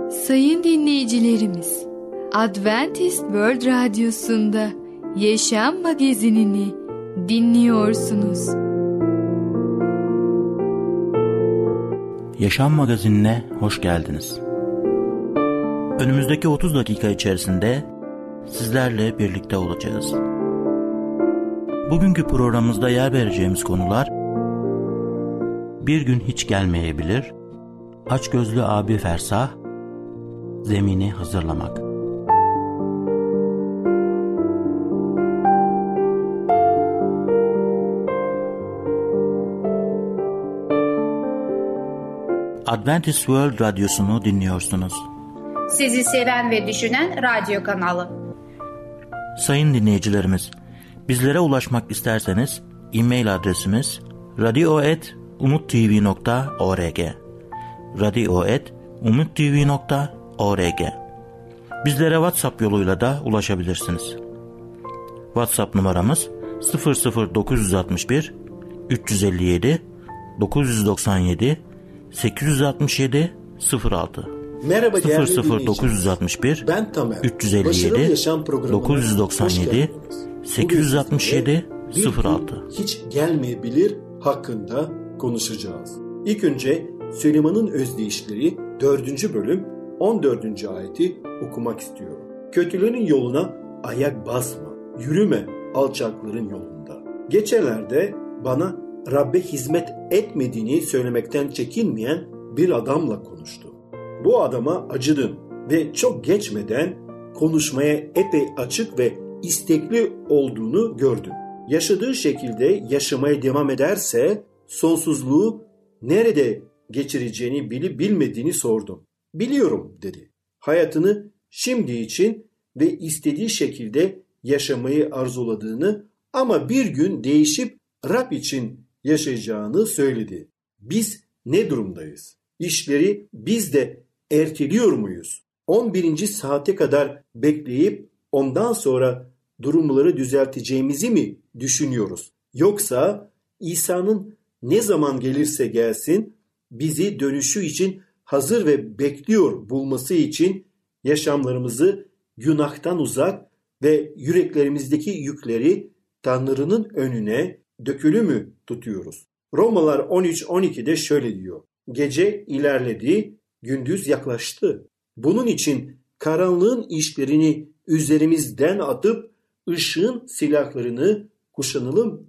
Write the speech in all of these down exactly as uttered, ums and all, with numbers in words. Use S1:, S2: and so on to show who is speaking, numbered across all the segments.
S1: Sayın dinleyicilerimiz, Adventist World Radyosu'nda Yaşam Magazinini dinliyorsunuz.
S2: Yaşam Magazinine hoş geldiniz. Önümüzdeki otuz dakika içerisinde sizlerle birlikte olacağız. Bugünkü programımızda yer vereceğimiz konular: bir gün hiç gelmeyebilir, açgözlü abi fersah, zemini hazırlamak. Adventist World Radyosu'nu dinliyorsunuz.
S3: Sizi seven ve düşünen radyo kanalı.
S2: Sayın dinleyicilerimiz, bizlere ulaşmak isterseniz e-mail adresimiz radio et umuttv nokta org radio et umuttv nokta org. Bizlere WhatsApp yoluyla da ulaşabilirsiniz. WhatsApp numaramız sıfır sıfır dokuz altı bir üç yüz elli yedi dokuz yüz doksan yedi sekiz yüz altmış yedi sıfır altı.
S4: Merhaba değerli
S2: sıfır sıfır dokuz yüz altmış bir
S4: ben Tamer.
S2: üç yüz elli yedi dokuz yüz doksan yedi sekiz yüz altmış yedi sıfır altı.
S4: Hiç gelmeyebilir hakkında konuşacağız. İlk önce Süleyman'ın özdeyişleri dördüncü bölüm on dördüncü ayeti okumak istiyorum. Kötülerin yoluna ayak basma, yürüme alçakların yolunda. Geçenlerde bana Rabbe hizmet etmediğini söylemekten çekinmeyen bir adamla konuştum. Bu adama acıdım ve çok geçmeden konuşmaya epey açık ve istekli olduğunu gördüm. Yaşadığı şekilde yaşamaya devam ederse sonsuzluğu nerede geçireceğini bilip bilmediğini sordum. Biliyorum dedi. Hayatını şimdi için ve istediği şekilde yaşamayı arzuladığını ama bir gün değişip Rab için yaşayacağını söyledi. Biz ne durumdayız? İşleri biz de erteliyor muyuz? on birinci saate kadar bekleyip ondan sonra durumları düzelteceğimizi mi düşünüyoruz? Yoksa İsa'nın ne zaman gelirse gelsin bizi dönüşü için hazır ve bekliyor bulması için yaşamlarımızı günahtan uzak ve yüreklerimizdeki yükleri Tanrı'nın önüne dökülü mü tutuyoruz? Romalılar on üç on iki'de şöyle diyor. Gece ilerledi, gündüz yaklaştı. Bunun için karanlığın işlerini üzerimizden atıp ışığın silahlarını kuşanalım.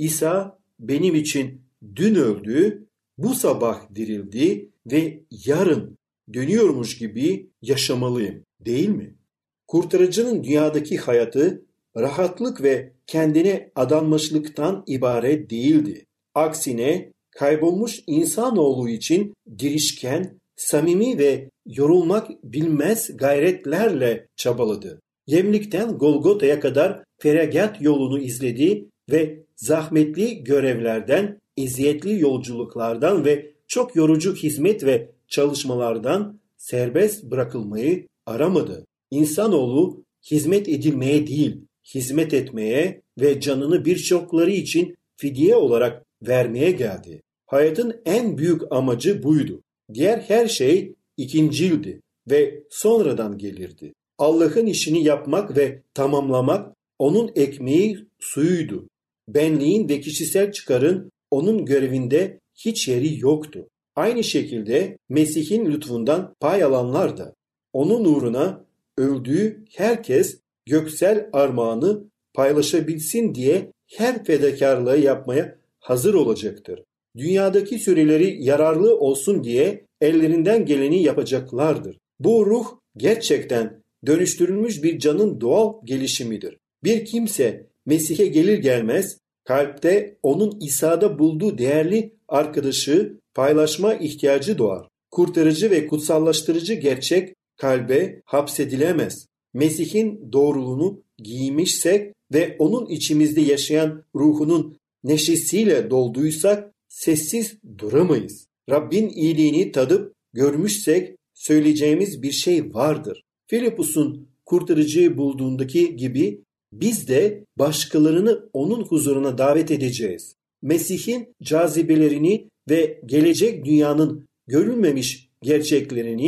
S4: İsa benim için dün öldü, bu sabah dirildi ve yarın dönüyormuş gibi yaşamalıyım, değil mi? Kurtarıcının dünyadaki hayatı rahatlık ve kendine adanmışlıktan ibaret değildi. Aksine kaybolmuş insanoğlu için girişken, samimi ve yorulmak bilmez gayretlerle çabaladı. Yemlikten Golgota'ya kadar feragat yolunu izledi ve zahmetli görevlerden, eziyetli yolculuklardan ve çok yorucu hizmet ve çalışmalardan serbest bırakılmayı aramadı. İnsanoğlu hizmet edilmeye değil, hizmet etmeye ve canını birçokları için fidye olarak vermeye geldi. Hayatın en büyük amacı buydu. Diğer her şey ikincildi ve sonradan gelirdi. Allah'ın işini yapmak ve tamamlamak onun ekmeği suyuydu. Benliğin ve kişisel çıkarın onun görevinde hiç yeri yoktu. Aynı şekilde Mesih'in lütfundan pay alanlar da onun uğruna öldüğü herkes göksel armağanı paylaşabilsin diye her fedakarlığı yapmaya hazır olacaktır. Dünyadaki süreleri yararlı olsun diye ellerinden geleni yapacaklardır. Bu ruh gerçekten dönüştürülmüş bir canın doğal gelişimidir. Bir kimse Mesih'e gelir gelmez kalpte onun İsa'da bulduğu değerli arkadaşı paylaşma ihtiyacı doğar. Kurtarıcı ve kutsallaştırıcı gerçek kalbe hapsedilemez. Mesih'in doğruluğunu giymişsek ve onun içimizde yaşayan ruhunun neşesiyle dolduysak sessiz duramayız. Rabbin iyiliğini tadıp görmüşsek söyleyeceğimiz bir şey vardır. Filipus'un kurtarıcıyı bulduğundaki gibi biz de başkalarını onun huzuruna davet edeceğiz. Mesih'in cazibelerini ve gelecek dünyanın görülmemiş gerçeklerini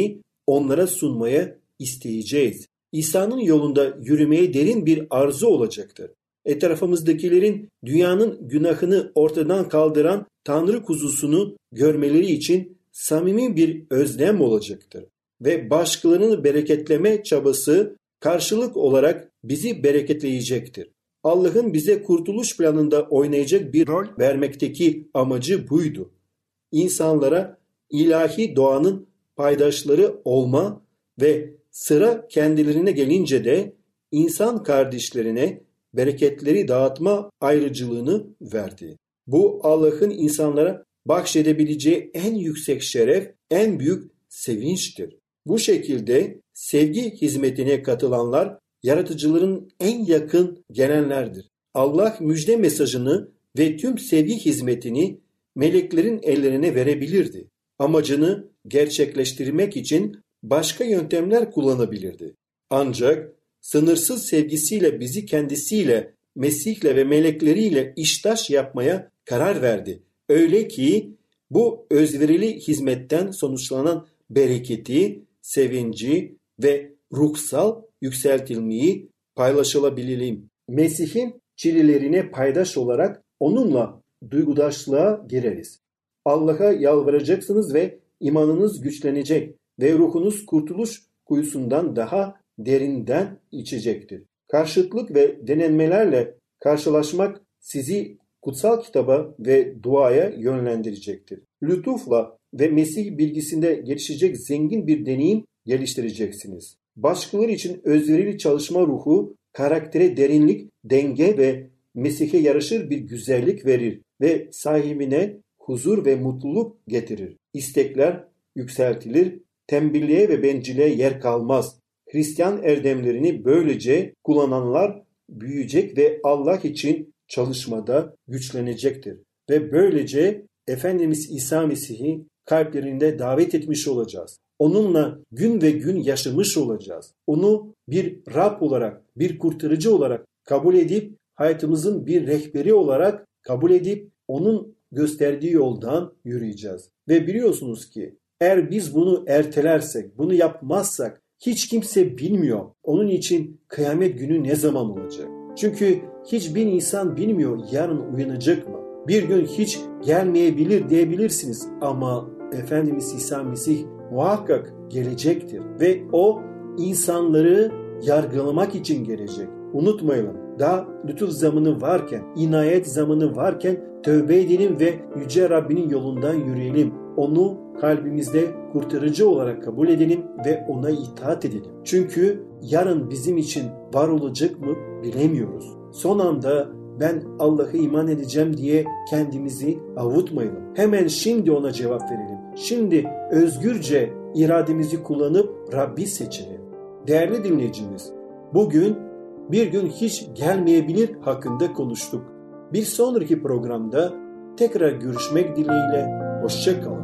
S4: onlara sunmaya isteyeceğiz. İsa'nın yolunda yürümeye derin bir arzu olacaktır. Etrafımızdakilerin dünyanın günahını ortadan kaldıran Tanrı kuzusunu görmeleri için samimi bir özlem olacaktır. Ve başkalarını bereketleme çabası karşılık olarak bizi bereketleyecektir. Allah'ın bize kurtuluş planında oynayacak bir rol vermekteki amacı buydu. İnsanlara ilahi doğanın paydaşları olma ve sıra kendilerine gelince de insan kardeşlerine bereketleri dağıtma ayrıcılığını verdi. Bu Allah'ın insanlara bahşedebileceği en yüksek şeref, en büyük sevinçtir. Bu şekilde sevgi hizmetine katılanlar yaratıcıların en yakın gelenlerdir. Allah müjde mesajını ve tüm sevgi hizmetini meleklerin ellerine verebilirdi. Amacını gerçekleştirmek için başka yöntemler kullanabilirdi. Ancak sınırsız sevgisiyle bizi kendisiyle, Mesih'le ve melekleriyle iştaş yapmaya karar verdi. Öyle ki bu özverili hizmetten sonuçlanan bereketi, sevinci ve ruhsal yükseltilmeyi paylaşılabilelim. Mesih'in çilelerine paydaş olarak onunla duygudaşlığa gireriz. Allah'a yalvaracaksınız ve imanınız güçlenecek ve ruhunuz kurtuluş kuyusundan daha derinden içecektir. Karşıtlık ve denenmelerle karşılaşmak sizi kutsal kitaba ve duaya yönlendirecektir. Lütufla ve Mesih bilgisinde gelişecek zengin bir deneyim geliştireceksiniz. Başkaları için özverili çalışma ruhu, karaktere derinlik, denge ve Mesih'e yaraşır bir güzellik verir ve sahibine huzur ve mutluluk getirir. İstekler yükseltilir, tembelliğe ve bencilliğe yer kalmaz. Hristiyan erdemlerini böylece kullananlar büyüyecek ve Allah için çalışmada güçlenecektir. Ve böylece Efendimiz İsa Mesih'i kalplerinde davet etmiş olacağız. Onunla gün ve gün yaşamış olacağız. Onu bir Rab olarak, bir kurtarıcı olarak kabul edip, hayatımızın bir rehberi olarak kabul edip, onun gösterdiği yoldan yürüyeceğiz. Ve biliyorsunuz ki eğer biz bunu ertelersek, bunu yapmazsak hiç kimse bilmiyor. Onun için kıyamet günü ne zaman olacak? Çünkü hiçbir insan bilmiyor yarın uyanacak mı? Bir gün hiç gelmeyebilir diyebilirsiniz ama Efendimiz İsa Mesih muhakkak gelecektir ve o insanları yargılamak için gelecek. Unutmayalım, daha lütuf zamanı varken, inayet zamanı varken tövbe edelim ve Yüce Rabbinin yolundan yürüyelim. Onu kalbimizde kurtarıcı olarak kabul edelim ve ona itaat edelim. Çünkü yarın bizim için var olacak mı bilemiyoruz. Son anda ben Allah'a iman edeceğim diye kendimizi avutmayalım. Hemen şimdi ona cevap verelim. Şimdi özgürce irademizi kullanıp Rabbi seçelim. Değerli dinleyicimiz, bugün bir gün hiç gelmeyebilir hakkında konuştuk. Bir sonraki programda tekrar görüşmek dileğiyle, hoşça kalın.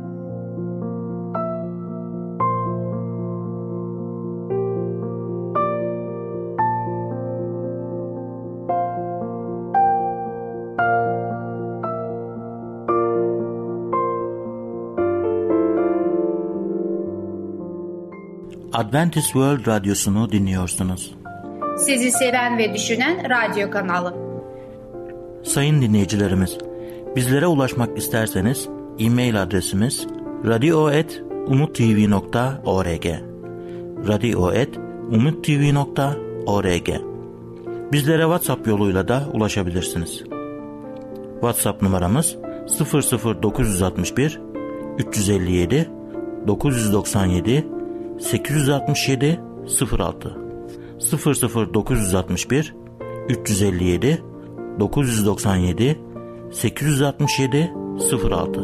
S2: Adventist World Radyosu'nu dinliyorsunuz.
S3: Sizi seven ve düşünen radyo kanalı.
S2: Sayın dinleyicilerimiz, bizlere ulaşmak isterseniz e-mail adresimiz radio et umuttv nokta org radio et umuttv nokta org. Bizlere WhatsApp yoluyla da ulaşabilirsiniz. WhatsApp numaramız sıfır sıfır dokuz altı bir üç yüz elli yedi dokuz yüz doksan yedi sekiz yüz altmış yedi sıfır altı sıfır sıfır dokuz altı bir üç yüz elli yedi dokuz yüz doksan yedi sekiz yüz altmış yedi sıfır altı.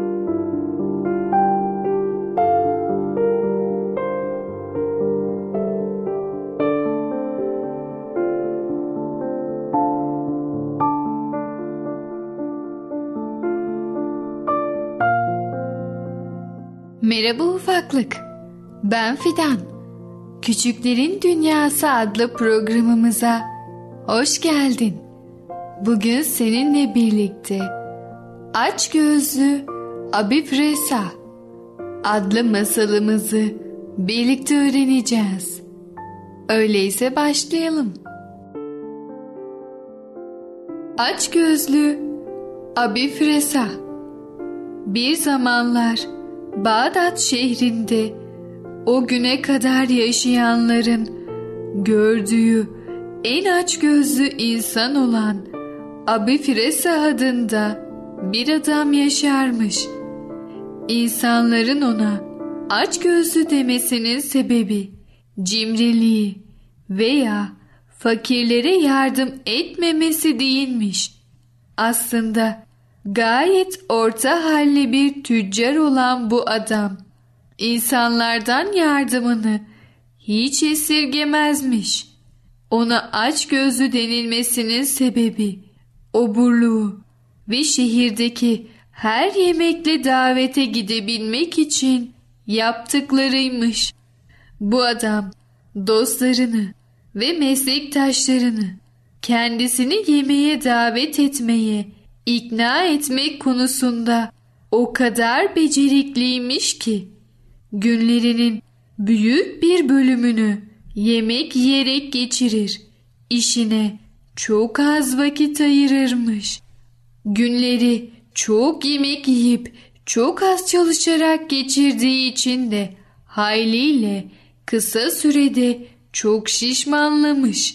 S1: Merhaba ufaklık. Ben Fidan. Küçüklerin Dünyası adlı programımıza hoş geldin. Bugün seninle birlikte Açgözlü Abi Fresa adlı masalımızı Birlikte öğreneceğiz. Öyleyse başlayalım. Açgözlü Abi Fresa. Bir zamanlar Bağdat şehrinde o güne kadar yaşayanların gördüğü en açgözlü insan olan Abi Fresa adında bir adam yaşarmış. İnsanların ona açgözlü demesinin sebebi cimriliği veya fakirlere yardım etmemesi değilmiş. Aslında gayet orta halli bir tüccar olan bu adam insanlardan yardımını hiç esirgemezmiş. Ona açgözlü denilmesinin sebebi oburluğu ve şehirdeki her yemekle davete gidebilmek için yaptıklarıymış. Bu adam dostlarını ve meslektaşlarını kendisini yemeğe davet etmeye ikna etmek konusunda o kadar becerikliymiş ki günlerinin büyük bir bölümünü yemek yiyerek geçirir, işine çok az vakit ayırırmış. Günleri çok yemek yiyip çok az çalışarak geçirdiği için de hayliyle kısa sürede çok şişmanlamış.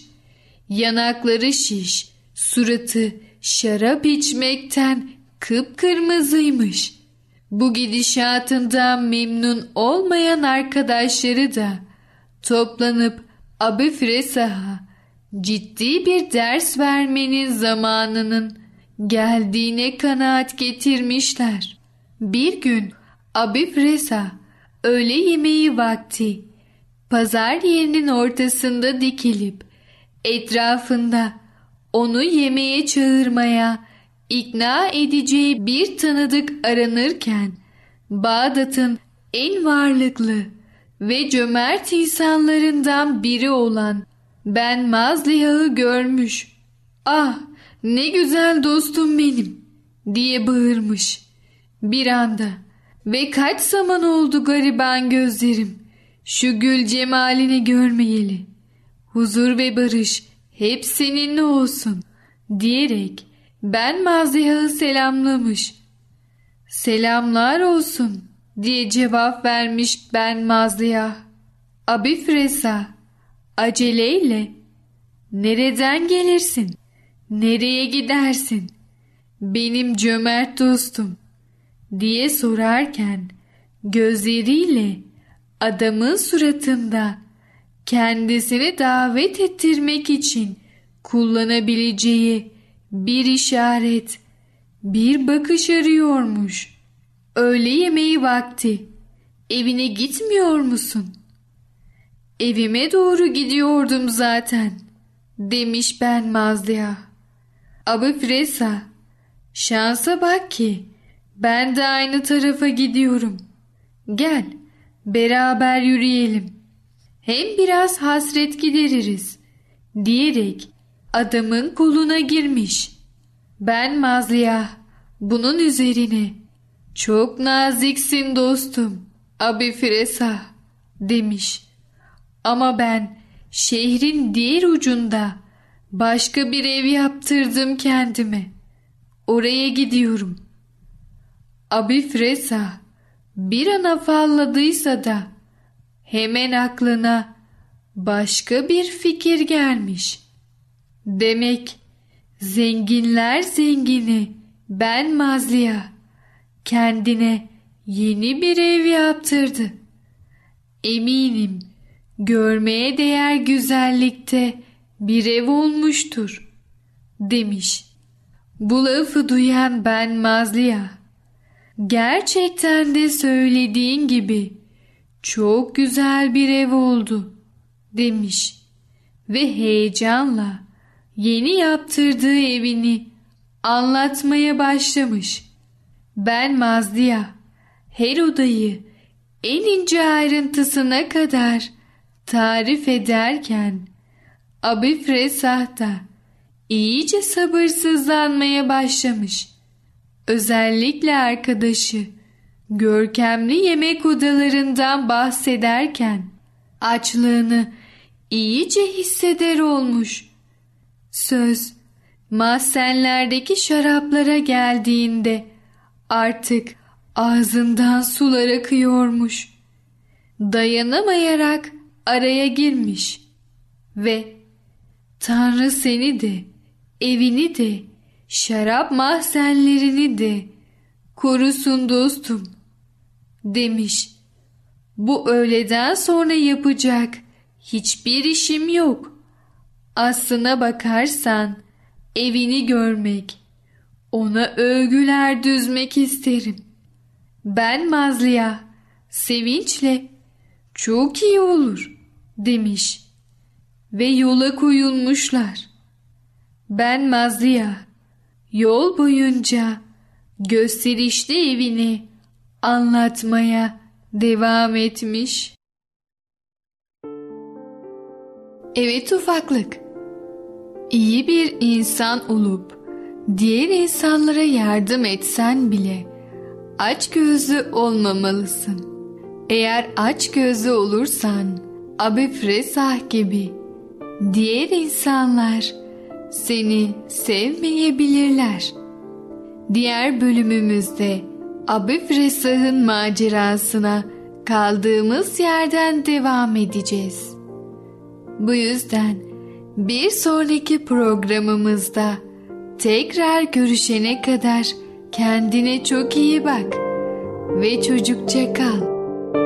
S1: Yanakları şiş, suratı şarap içmekten kıpkırmızıymış. Bu gidişatından memnun olmayan arkadaşları da toplanıp Abi Fresa'ya ciddi bir ders vermenin zamanının geldiğine kanaat getirmişler. Bir gün Abi Fresa öğle yemeği vakti pazar yerinin ortasında dikilip etrafında onu yemeğe çağırmaya ikna edeceği bir tanıdık aranırken Bağdat'ın en varlıklı ve cömert insanlarından biri olan Ben Mazliha'yı görmüş. "Ah, ne güzel dostum benim," diye bağırmış. Bir anda, "Ve kaç zaman oldu gariban gözlerim şu gül cemalini görmeyeli. Huzur ve barış hep seninle olsun," diyerek Ben Mazliha'yı selamlamış. "Selamlar olsun," diye cevap vermiş Ben Mazliha. Abi Fresa aceleyle "Nereden gelirsin? Nereye gidersin? Benim cömert dostum," diye sorarken gözleriyle adamın suratında kendisini davet ettirmek için kullanabileceği bir işaret, bir bakış arıyormuş. "Öğle yemeği vakti. Evine gitmiyor musun?" "Evime doğru gidiyordum zaten," demiş Ben Mazliha. Abi Fresa, "Şansa bak ki ben de aynı tarafa gidiyorum. Gel beraber yürüyelim. Hem biraz hasret gideririz," diyerek adamın koluna girmiş. Ben Mazliha bunun üzerine "Çok naziksin dostum Abi Fresa," demiş. "Ama ben şehrin diğer ucunda başka bir ev yaptırdım kendime. Oraya gidiyorum." Abi Fresa bir an afalladıysa da hemen aklına başka bir fikir gelmiş. Demek zenginler zengini Ben Mazliha kendine yeni bir ev yaptırdı. Eminim görmeye değer güzellikte bir ev olmuştur, demiş. Bu lafı duyan Ben Mazliha, "Gerçekten de söylediğin gibi çok güzel bir ev oldu," demiş ve heyecanla yeni yaptırdığı evini anlatmaya başlamış. Ben Mazliha her odayı en ince ayrıntısına kadar tarif ederken Abi Fresa da iyice sabırsızlanmaya başlamış. Özellikle arkadaşı görkemli yemek odalarından bahsederken açlığını iyice hisseder olmuş. Söz mahzenlerdeki şaraplara geldiğinde artık ağzından sular akıyormuş. Dayanamayarak araya girmiş ve Tanrı seni de, evini de, şarap mahzenlerini de korusun dostum demiş. Bu öğleden sonra yapacak hiçbir işim yok. Aslına bakarsan evini görmek, ona övgüler düzmek isterim. Ben Mazliya, sevinçle çok iyi olur demiş ve yola koyulmuşlar. Ben Mazliya yol boyunca gösterişli evini anlatmaya devam etmiş. Evet ufaklık, iyi bir insan olup diğer insanlara yardım etsen bile açgözlü olmamalısın. Eğer açgözlü olursan Abi Fresah gibi diğer insanlar seni sevmeyebilirler. Diğer bölümümüzde Abi Fresah'ın macerasına kaldığımız yerden devam edeceğiz. Bu yüzden bir sonraki programımızda tekrar görüşene kadar kendine çok iyi bak ve çocukça kal.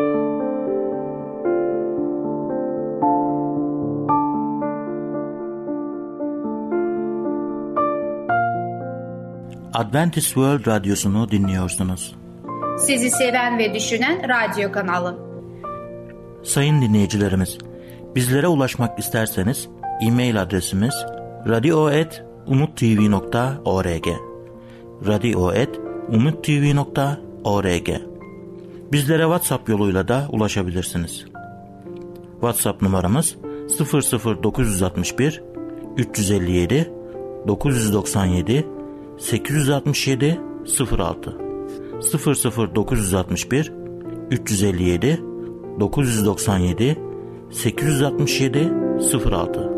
S2: Adventist World Radyosu'nu dinliyorsunuz.
S3: Sizi seven ve düşünen radyo kanalı.
S2: Sayın dinleyicilerimiz, bizlere ulaşmak isterseniz e-mail adresimiz radio et umuttv nokta org radio et umuttv nokta org. Bizlere WhatsApp yoluyla da ulaşabilirsiniz. WhatsApp numaramız sıfır sıfır dokuz altı bir üç yüz elli yedi dokuz yüz doksan yedi sekiz yüz altmış yedi sıfır altı sıfır sıfır dokuz altı bir üç yüz elli yedi dokuz yüz doksan yedi sekiz yüz altmış yedi sıfır altı.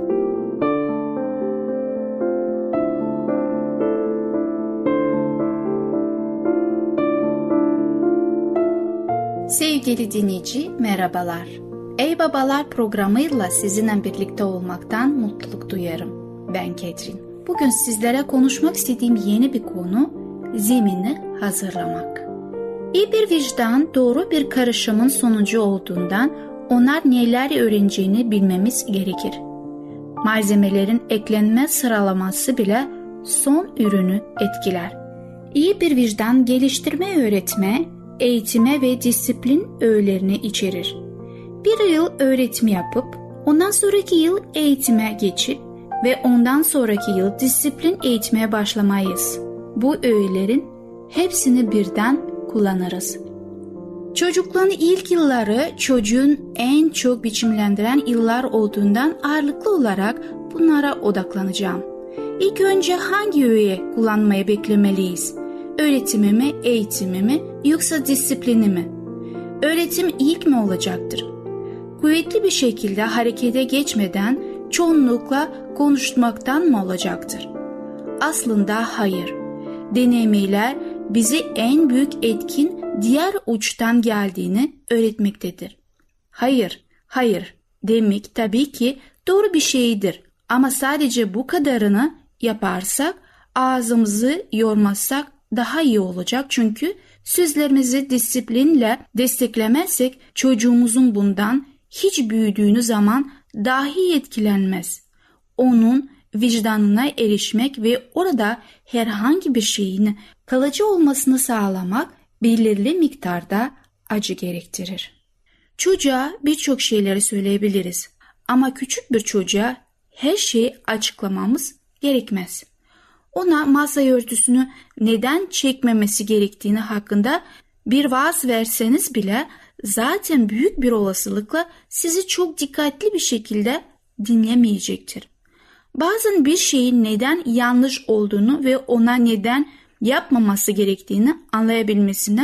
S3: Sevgili dinleyici, merhabalar. Ey Babalar programıyla sizinle birlikte olmaktan mutluluk duyarım. Ben Ketrin. Bugün sizlere konuşmak istediğim yeni bir konu, zemini hazırlamak. İyi bir vicdan doğru bir karışımın sonucu olduğundan onlar neler öğreneceğini bilmemiz gerekir. Malzemelerin eklenme sıralaması bile son ürünü etkiler. İyi bir vicdan geliştirme, öğretme, eğitime ve disiplin öğelerini içerir. Bir yıl öğretimi yapıp, ondan sonraki yıl eğitime geçip ve ondan sonraki yıl disiplin eğitmeye başlamayız. Bu öğelerin hepsini birden kullanırız. Çocukluğun ilk yılları çocuğun en çok biçimlendiren yıllar olduğundan ağırlıklı olarak bunlara odaklanacağım. İlk önce hangi öğeyi kullanmayı beklemeliyiz? Öğretimi mi, eğitimi mi, yoksa disiplini mi? Öğretim ilk mi olacaktır? Kuvvetli bir şekilde harekete geçmeden çoğunlukla konuşmaktan mı olacaktır? Aslında hayır. Deneyimler bizi en büyük etkin diğer uçtan geldiğini öğretmektedir. Hayır, hayır demek tabii ki doğru bir şeydir. Ama sadece bu kadarını yaparsak, ağzımızı yormazsak daha iyi olacak. Çünkü sözlerimizi disiplinle desteklemezsek çocuğumuzun bundan hiç büyüdüğünü zaman dahi etkilenmez. Onun vicdanına erişmek ve orada herhangi bir şeyin kalıcı olmasını sağlamak belirli miktarda acı gerektirir. Çocuğa birçok şeyleri söyleyebiliriz ama küçük bir çocuğa her şeyi açıklamamız gerekmez. Ona masa örtüsünü neden çekmemesi gerektiğini hakkında bir vaaz verseniz bile zaten büyük bir olasılıkla sizi çok dikkatli bir şekilde dinlemeyecektir. Bazen bir şeyin neden yanlış olduğunu ve ona neden yapmaması gerektiğini anlayabilmesinden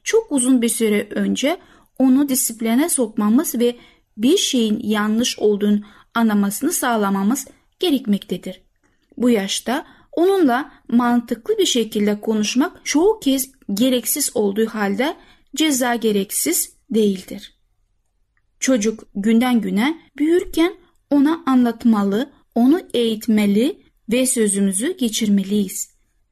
S3: çok uzun bir süre önce onu disipline sokmamız ve bir şeyin yanlış olduğunu anlamasını sağlamamız gerekmektedir. Bu yaşta onunla mantıklı bir şekilde konuşmak çoğu kez gereksiz olduğu halde ceza gereksiz değildir. Çocuk günden güne büyürken ona anlatmalı, onu eğitmeli ve sözümüzü geçirmeliyiz.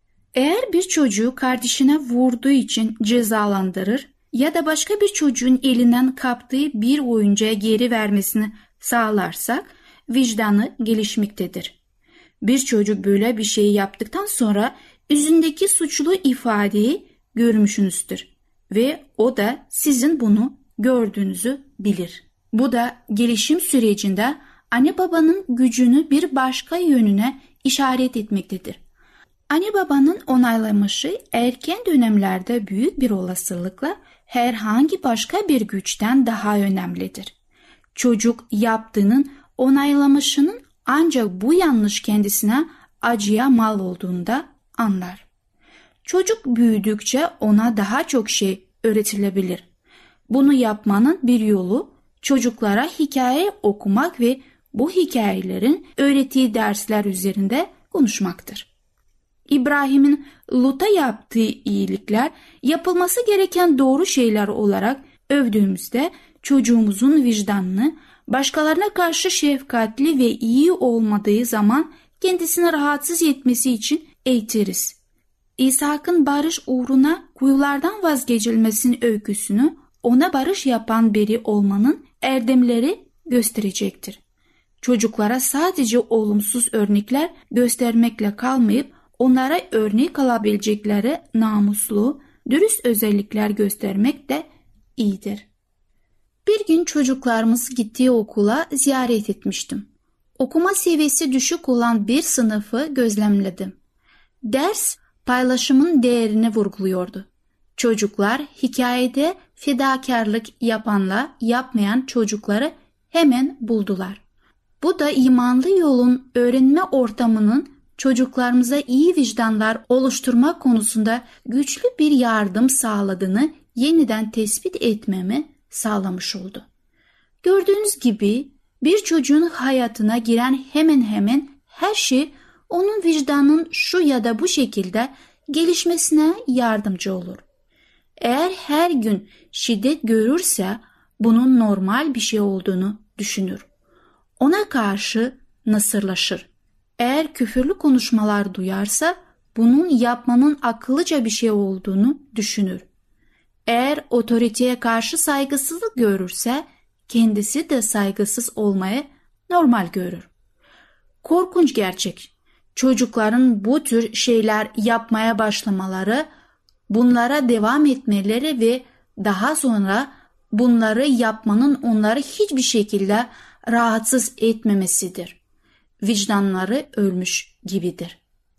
S3: Eğer bir çocuğu kardeşine vurduğu için cezalandırır ya da başka bir çocuğun elinden kaptığı bir oyuncağı geri vermesini sağlarsak vicdanı gelişmektedir. Bir çocuk böyle bir şey yaptıktan sonra yüzündeki suçlu ifadeyi görmüşsünüzdür ve o da sizin bunu gördüğünüzü bilir. Bu da gelişim sürecinde anne babanın gücünü bir başka yönüne işaret etmektedir. Anne babanın onaylaması erken dönemlerde büyük bir olasılıkla herhangi başka bir güçten daha önemlidir. Çocuk yaptığının onaylamasının ancak bu yanlış kendisine acıya mal olduğunda anlar. Çocuk büyüdükçe ona daha çok şey öğretilebilir. Bunu yapmanın bir yolu çocuklara hikaye okumak ve bu hikayelerin öğrettiği dersler üzerinde konuşmaktır. İbrahim'in Lut'a yaptığı iyilikler yapılması gereken doğru şeyler olarak övdüğümüzde çocuğumuzun vicdanını başkalarına karşı şefkatli ve iyi olmadığı zaman kendisini rahatsız etmesi için eğitiriz. İshak'ın barış uğruna kuyulardan vazgeçilmesinin öyküsünü ona barış yapan biri olmanın erdemleri gösterecektir. Çocuklara sadece olumsuz örnekler göstermekle kalmayıp onlara örnek alabilecekleri namuslu, dürüst özellikler göstermek de iyidir. Bir gün çocuklarımız gittiği okula ziyaret etmiştim. Okuma seviyesi düşük olan bir sınıfı gözlemledim. Ders paylaşımın değerini vurguluyordu. Çocuklar hikayede fedakarlık yapanla yapmayan çocukları hemen buldular. Bu da imanlı yolun öğrenme ortamının çocuklarımıza iyi vicdanlar oluşturma konusunda güçlü bir yardım sağladığını yeniden tespit etmemi sağlamış oldu. Gördüğünüz gibi bir çocuğun hayatına giren hemen hemen her şey onun vicdanının şu ya da bu şekilde gelişmesine yardımcı olur. Eğer her gün şiddet görürse bunun normal bir şey olduğunu düşünür. Ona karşı nasırlaşır. Eğer küfürlü konuşmalar duyarsa bunun yapmanın akıllıca bir şey olduğunu düşünür. Eğer otoriteye karşı saygısızlık görürse kendisi de saygısız olmayı normal görür. Korkunç gerçek. Çocukların bu tür şeyler yapmaya başlamaları, bunlara devam etmeleri ve daha sonra bunları yapmanın onları hiçbir şekilde rahatsız etmemesidir. Vicdanları ölmüş gibidir.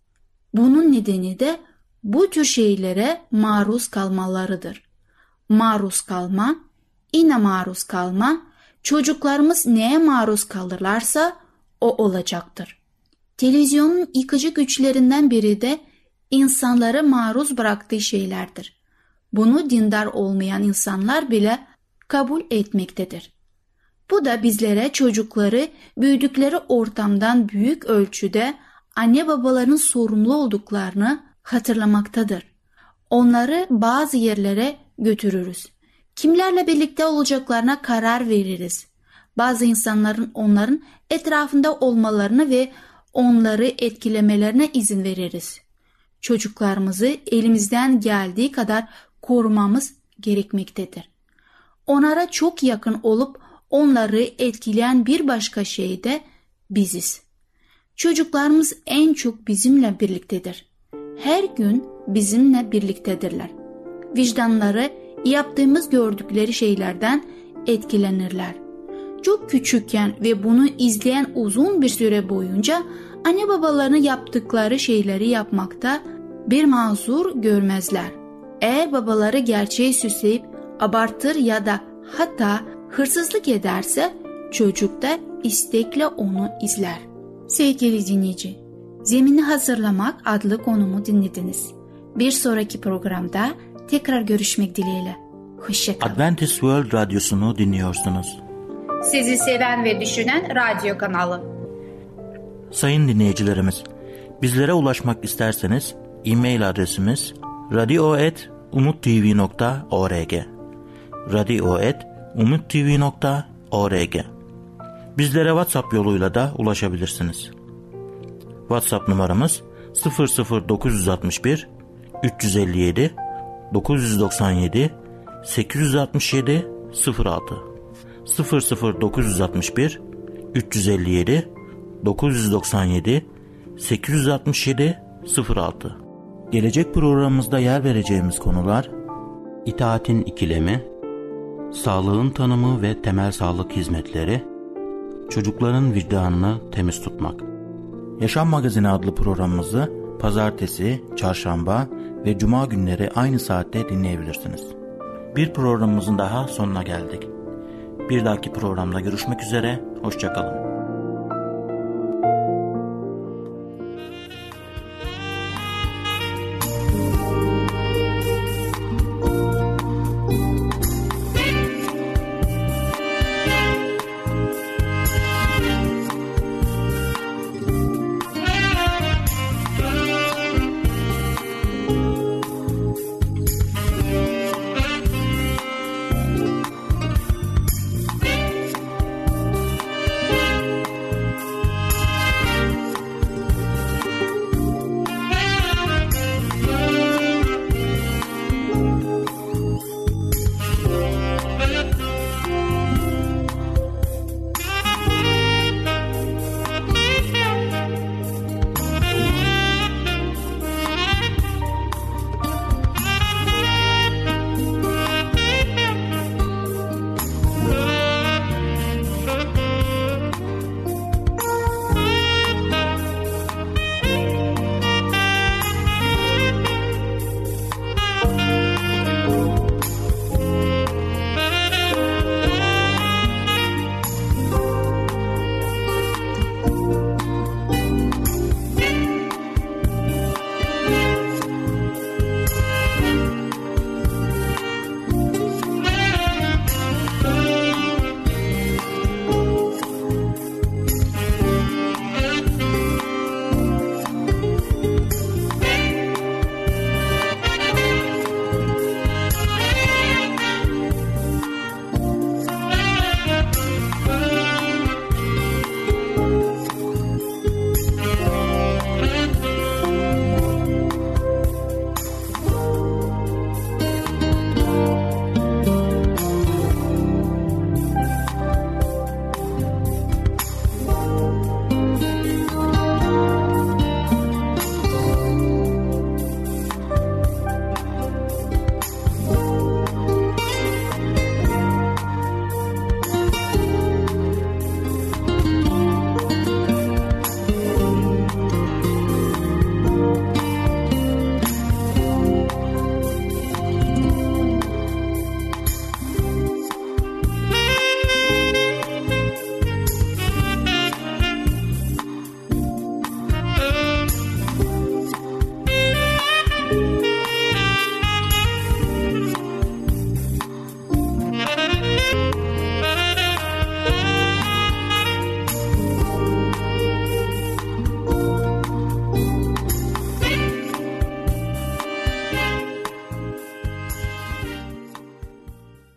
S3: Bunun nedeni de bu tür şeylere maruz kalmalarıdır. Maruz kalma, yine maruz kalma, çocuklarımız neye maruz kalırlarsa o olacaktır. Televizyonun yıkıcı güçlerinden biri de insanları maruz bıraktığı şeylerdir. Bunu dindar olmayan insanlar bile kabul etmektedir. Bu da bizlere çocukları büyüdükleri ortamdan büyük ölçüde anne babaların sorumlu olduklarını hatırlamaktadır. Onları bazı yerlere götürürüz. Kimlerle birlikte olacaklarına karar veririz. Bazı insanların onların etrafında olmalarını ve onları etkilemelerine izin veririz. Çocuklarımızı elimizden geldiği kadar korumamız gerekmektedir. Onlara çok yakın olup onları etkileyen bir başka şey de biziz. Çocuklarımız en çok bizimle birliktedir. Her gün bizimle birliktedirler. Vicdanları yaptığımız gördükleri şeylerden etkilenirler. Çok küçükken ve bunu izleyen uzun bir süre boyunca anne babalarını yaptıkları şeyleri yapmakta bir mazur görmezler. Eğer babaları gerçeği süsleyip abartır ya da hatta hırsızlık ederse çocuk da istekle onu izler. Sevgili dinleyici, Zemini Hazırlamak adlı konumu dinlediniz. Bir sonraki programda Tekrar görüşmek dileğiyle. Hoşçakalın.
S2: Adventist World Radyosu'nu dinliyorsunuz.
S3: Sizi seven ve düşünen radyo kanalı.
S2: Sayın dinleyicilerimiz, bizlere ulaşmak isterseniz e-mail adresimiz radio et umuttv nokta org radio et umuttv nokta org. Bizlere WhatsApp yoluyla da ulaşabilirsiniz. WhatsApp numaramız sıfır sıfır dokuz altı bir üç elli yedi dokuz doksan yedi sekiz altı yedi sıfır altı sıfır sıfır dokuz altı bir üç elli yedi dokuz doksan yedi sekiz altı yedi sıfır altı. Gelecek programımızda yer vereceğimiz konular: itaatin ikilemi, sağlığın tanımı ve temel sağlık hizmetleri, çocukların vicdanını temiz tutmak. Yaşam Magazini adlı programımızı pazartesi, çarşamba ve cuma günleri aynı saatte dinleyebilirsiniz. Bir programımızın daha sonuna geldik. Bir dahaki programda görüşmek üzere, hoşça kalın.